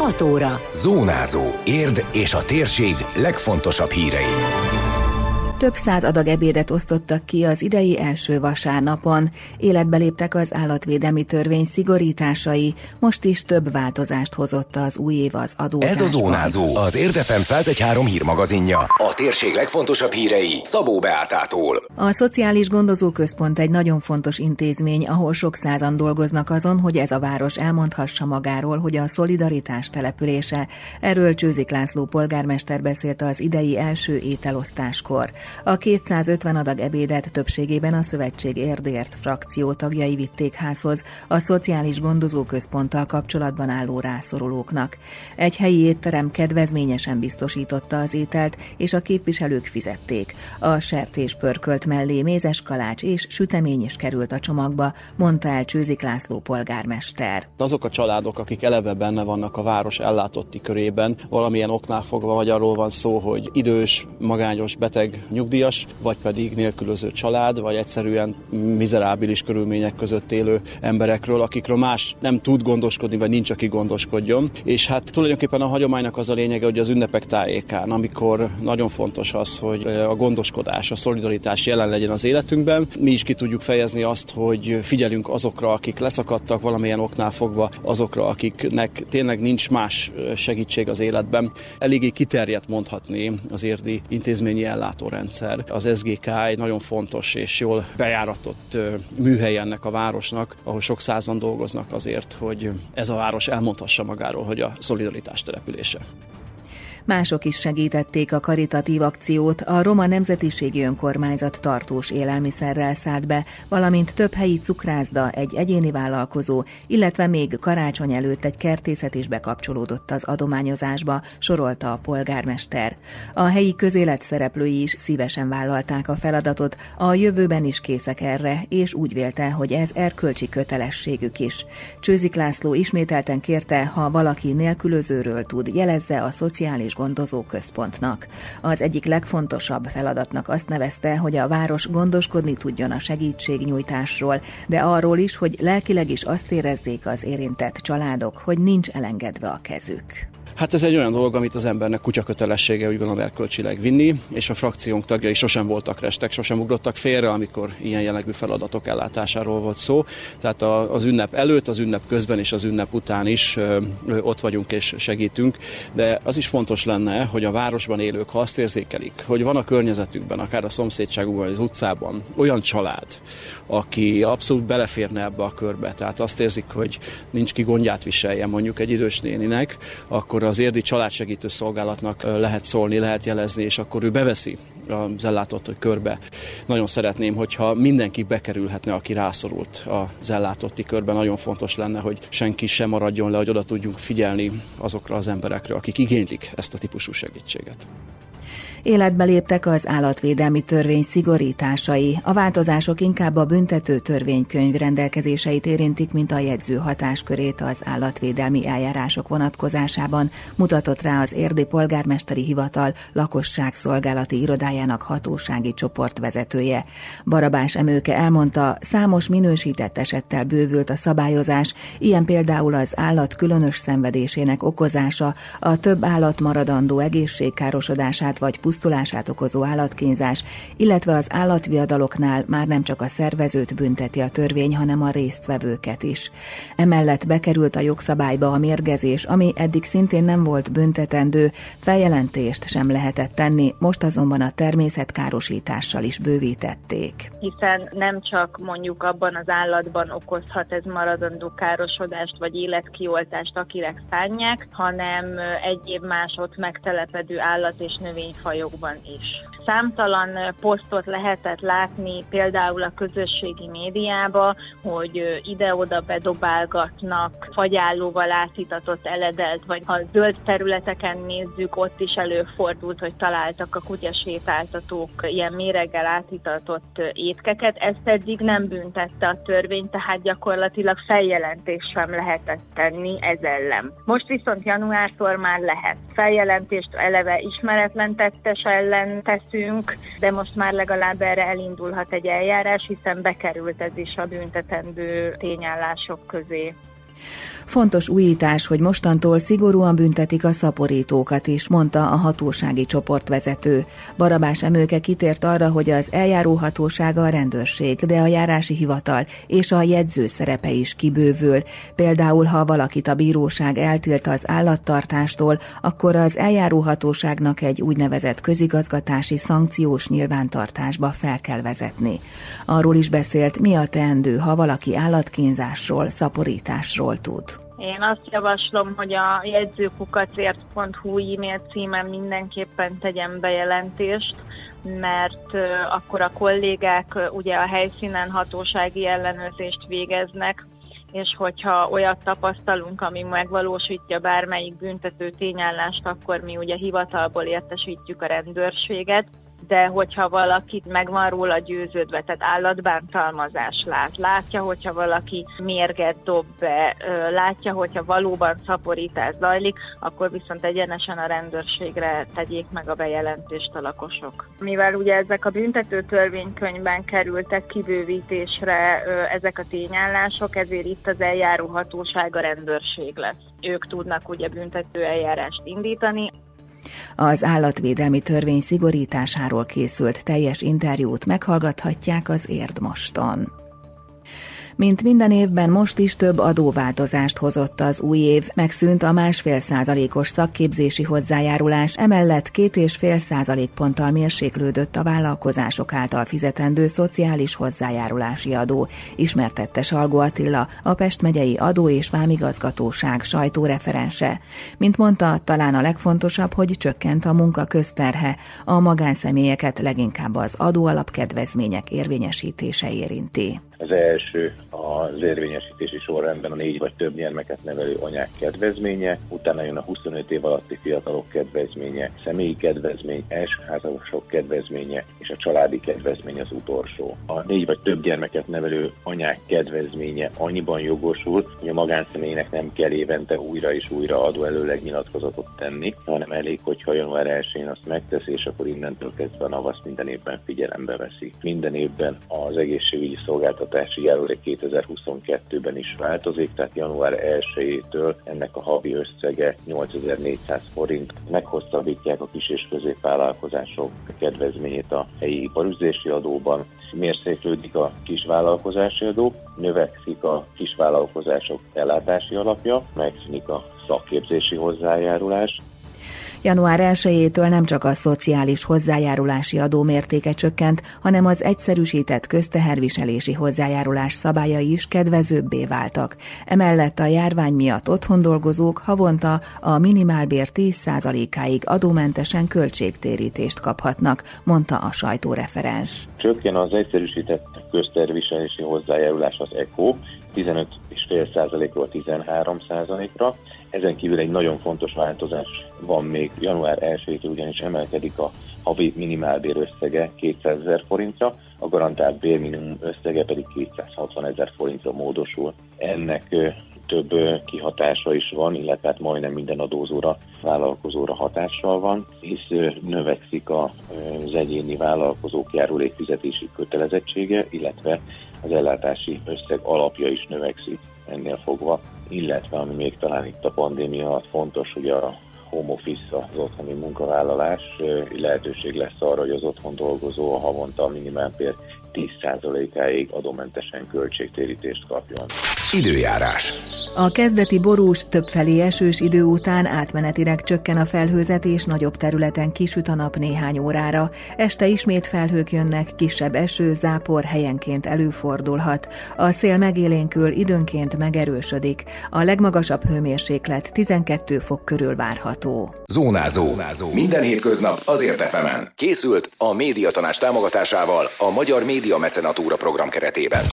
6 óra. Zónázó. Érd és a térség legfontosabb hírei. Több száz adag ebédet osztottak ki az idei első vasárnapon. Életbe léptek az állatvédelmi törvény szigorításai, most is több változást hozott az új év az adózásban. Ez a Zónázó, az Érd FM 101.3 hírmagazinja. A térség legfontosabb hírei Szabó Beátától. A Szociális Gondozóközpont egy nagyon fontos intézmény, ahol sok százan dolgoznak azon, hogy ez a város elmondhassa magáról, hogy a szolidaritás települése. Erről Csőzik László polgármester beszélt az idei első ételosztáskor. A 250 adag ebédet többségében a Szövetség Érdért frakció tagjai vitték házhoz a Szociális Gondozóközponttal kapcsolatban álló rászorulóknak. Egy helyi étterem kedvezményesen biztosította az ételt, és a képviselők fizették. A sertéspörkölt mellé mézes kalács és sütemény is került a csomagba, mondta el Csőzik László polgármester. Azok a családok, akik eleve benne vannak a város ellátotti körében, valamilyen oknál fogva, vagy arról van szó, hogy idős, magányos, beteg, nyugdíjas, vagy pedig nélkülöző család, vagy egyszerűen mizerábilis körülmények között élő emberekről, akikről más nem tud gondoskodni, vagy nincs, aki gondoskodjon. És hát tulajdonképpen a hagyománynak az a lényege, hogy az ünnepek tájékán, amikor nagyon fontos az, hogy a gondoskodás, a szolidaritás jelen legyen az életünkben, mi is ki tudjuk fejezni azt, hogy figyelünk azokra, akik leszakadtak valamilyen oknál fogva, azokra, akiknek tényleg nincs más segítség az életben. Eléggé kiterjedt mondhatni az érdi intézményi ellátórendszer. Az SGK egy nagyon fontos és jól bejáratott műhely ennek a városnak, ahol sok százan dolgoznak azért, hogy ez a város elmondhassa magáról, hogy a szolidaritás települése. Mások is segítették a karitatív akciót, a Roma Nemzetiségi Önkormányzat tartós élelmiszerrel szállt be, valamint több helyi cukrászda, egy egyéni vállalkozó, illetve még karácsony előtt egy kertészet is bekapcsolódott az adományozásba, sorolta a polgármester. A helyi közélet szereplői is szívesen vállalták a feladatot, a jövőben is készek erre, és úgy vélte, hogy ez erkölcsi kötelességük is. Csőzik László ismételten kérte, ha valaki nélkülözőről tud, jelezze a Szociális Gondozóközpontnak. Az egyik legfontosabb feladatnak azt nevezte, hogy a város gondoskodni tudjon a segítségnyújtásról, de arról is, hogy lelkileg is azt érezzék az érintett családok, hogy nincs elengedve a kezük. Hát ez egy olyan dolog, amit az embernek kutyakötelessége, úgy gondolom, erkölcsileg vinni, és a frakciónk tagjai sosem voltak restek, sosem ugrottak félre, amikor ilyen jellegű feladatok ellátásáról volt szó. Tehát az ünnep előtt, az ünnep közben és az ünnep után is ott vagyunk és segítünk, de az is fontos lenne, hogy a városban élők, ha azt érzékelik, hogy van a környezetükben, akár a szomszédságunkban, az utcában olyan család, aki abszolút beleférne ebbe a körbe, tehát azt érzik, hogy nincs ki gondját viselje mondjuk egy idős néninek, akkor az érdi családsegítő szolgálatnak lehet szólni, lehet jelezni, és akkor ő beveszi az ellátott körbe. Nagyon szeretném, hogyha mindenki bekerülhetne, aki rászorult az ellátotti körbe. Nagyon fontos lenne, hogy senki sem maradjon le, hogy oda tudjunk figyelni azokra az emberekre, akik igénylik ezt a típusú segítséget. Életbe léptek az állatvédelmi törvény szigorításai. A változások inkább a büntető törvénykönyv rendelkezéseit érintik, mint a jegyző hatáskörét az állatvédelmi eljárások vonatkozásában, mutatott rá az érdi polgármesteri hivatal lakosságszolgálati irodájának hatósági csoportvezetője. Barabás Emőke elmondta, számos minősített esettel bővült a szabályozás, ilyen például az állat különös szenvedésének okozása, a több állat maradandó egészségkárosodását vagy pusztulását okozó állatkínzás, illetve az állatviadaloknál már nem csak a szervezőt bünteti a törvény, hanem a résztvevőket is. Emellett bekerült a jogszabályba a mérgezés, ami eddig szintén nem volt büntetendő, feljelentést sem lehetett tenni, most azonban a természetkárosítással is bővítették. Hiszen nem csak mondjuk abban az állatban okozhat ez maradandó károsodást vagy életkioltást, akinek szánják, hanem egyéb más ott megtelepedő állat és növényfajokban is. Számtalan posztot lehetett látni például a közösségi médiába, hogy ide-oda bedobálgatnak fagyállóval átitatott eledelt, vagy ha zöld területeken nézzük, ott is előfordult, hogy találtak a kutyasétáltatók ilyen méreggel átitatott étkeket. Ezt eddig nem büntette a törvény, tehát gyakorlatilag feljelentést sem lehetett tenni ez ellen. Most viszont januártól már lehet. Feljelentést eleve ismeretlen tettes ellen teszünk, de most már legalább erre elindulhat egy eljárás, hiszen bekerült ez is a büntetendő tényállások közé. Fontos újítás, hogy mostantól szigorúan büntetik a szaporítókat is, mondta a hatósági csoportvezető. Barabás Emőke kitért arra, hogy az eljáróhatósága a rendőrség, de a járási hivatal és a jegyző szerepe is kibővül. Például, ha valakit a bíróság eltilt az állattartástól, akkor az eljáróhatóságnak egy úgynevezett közigazgatási szankciós nyilvántartásba fel kell vezetni. Arról is beszélt, mi a teendő, ha valaki állatkínzásról, szaporításról tud. Én azt javaslom, hogy a jegyzőkukacért.hu e-mail címen mindenképpen tegyen bejelentést, mert akkor a kollégák ugye a helyszínen hatósági ellenőrzést végeznek, és hogyha olyat tapasztalunk, ami megvalósítja bármelyik büntető tényállást, akkor mi ugye hivatalból értesítjük a rendőrséget, de hogyha valakit meg van róla győződve, tehát állatbántalmazás látja, hogyha valaki mérget dob be, látja, hogyha valóban szaporítás zajlik, akkor viszont egyenesen a rendőrségre tegyék meg a bejelentést a lakosok. Mivel ugye ezek a büntető törvénykönyvben kerültek kibővítésre ezek a tényállások, ezért itt az eljáróhatóság a rendőrség lesz. Ők tudnak ugye büntető eljárást indítani. Az állatvédelmi törvény szigorításáról készült teljes interjút meghallgathatják az Érdmoston. Mint minden évben, most is több adóváltozást hozott az új év. Megszűnt a 1,5%-os szakképzési hozzájárulás, emellett 2,5% ponttal mérséklődött a vállalkozások által fizetendő szociális hozzájárulási adó, ismertette Salgó Attila, a Pest megyei adó- és vámigazgatóság sajtóreferense. Mint mondta, talán a legfontosabb, hogy csökkent a munka közterhe, a magánszemélyeket leginkább az adóalapkedvezmények érvényesítése érinti. Az első az érvényesítési sorrendben a 4 vagy több gyermeket nevelő anyák kedvezménye, utána jön a 25 év alatti fiatalok kedvezménye, személyi kedvezmény, elsőházasok kedvezménye és a családi kedvezmény az utolsó. A 4 vagy több gyermeket nevelő anyák kedvezménye annyiban jogosul, hogy a magánszemélynek nem kell évente újra és újra adóelőleg nyilatkozatot tenni, hanem elég, hogyha január 1-én azt megteszi, és akkor innentől kezdve a NAV azt minden évben figyelembe veszi. Minden évben az egészségügyi szolgáltatási járulék 2022-ben is változik, tehát január 1-től ennek a havi összege 8400 forint. Meghosszabbítják a kis- és középvállalkozások kedvezményét a helyi iparüzési adóban, mérséklődik a kisvállalkozási adó, növekszik a kisvállalkozások ellátási alapja, megszűnik a szakképzési hozzájárulás. Január 1-től nem csak a szociális hozzájárulási adó mértéke csökkent, hanem az egyszerűsített közteherviselési hozzájárulás szabályai is kedvezőbbé váltak. Emellett a járvány miatt otthon dolgozók havonta a minimálbér 10%-áig adómentesen költségtérítést kaphatnak, mondta a sajtóreferens. Csökken az egyszerűsített közteherviselési hozzájárulás, az ECO, 15,5%-ról 13%-ra. Ezen kívül egy nagyon fontos változás van még január 1-től, ugyanis emelkedik a havi minimálbér összege 200 000 forintra, a garantált bérminimum összege pedig 260 000 forintra módosul. Ennek több kihatása is van, illetve hát majdnem minden adózóra, vállalkozóra hatással van, hisz növekszik az egyéni vállalkozók járulékfizetési kötelezettsége, illetve az ellátási összeg alapja is növekszik ennél fogva, illetve ami még talán itt a pandémia alatt fontos, hogy a home office, az otthoni munkavállalás lehetőség lesz arra, hogy az otthon dolgozó a havonta a minimálbér 10%-áig adómentesen költségtérítést kapjon. Időjárás. A kezdeti borús, többfelé esős idő után átmenetileg csökken a felhőzet, és nagyobb területen kisüt a nap néhány órára. Este ismét felhők jönnek, kisebb eső, zápor helyenként előfordulhat. A szél megélénkül, időnként megerősödik. A legmagasabb hőmérséklet 12 fok körül várható. Zónázó. Minden hétköznap azért FM-en. Készült a Médiatanács támogatásával a Magyar Média Mecenatúra program keretében.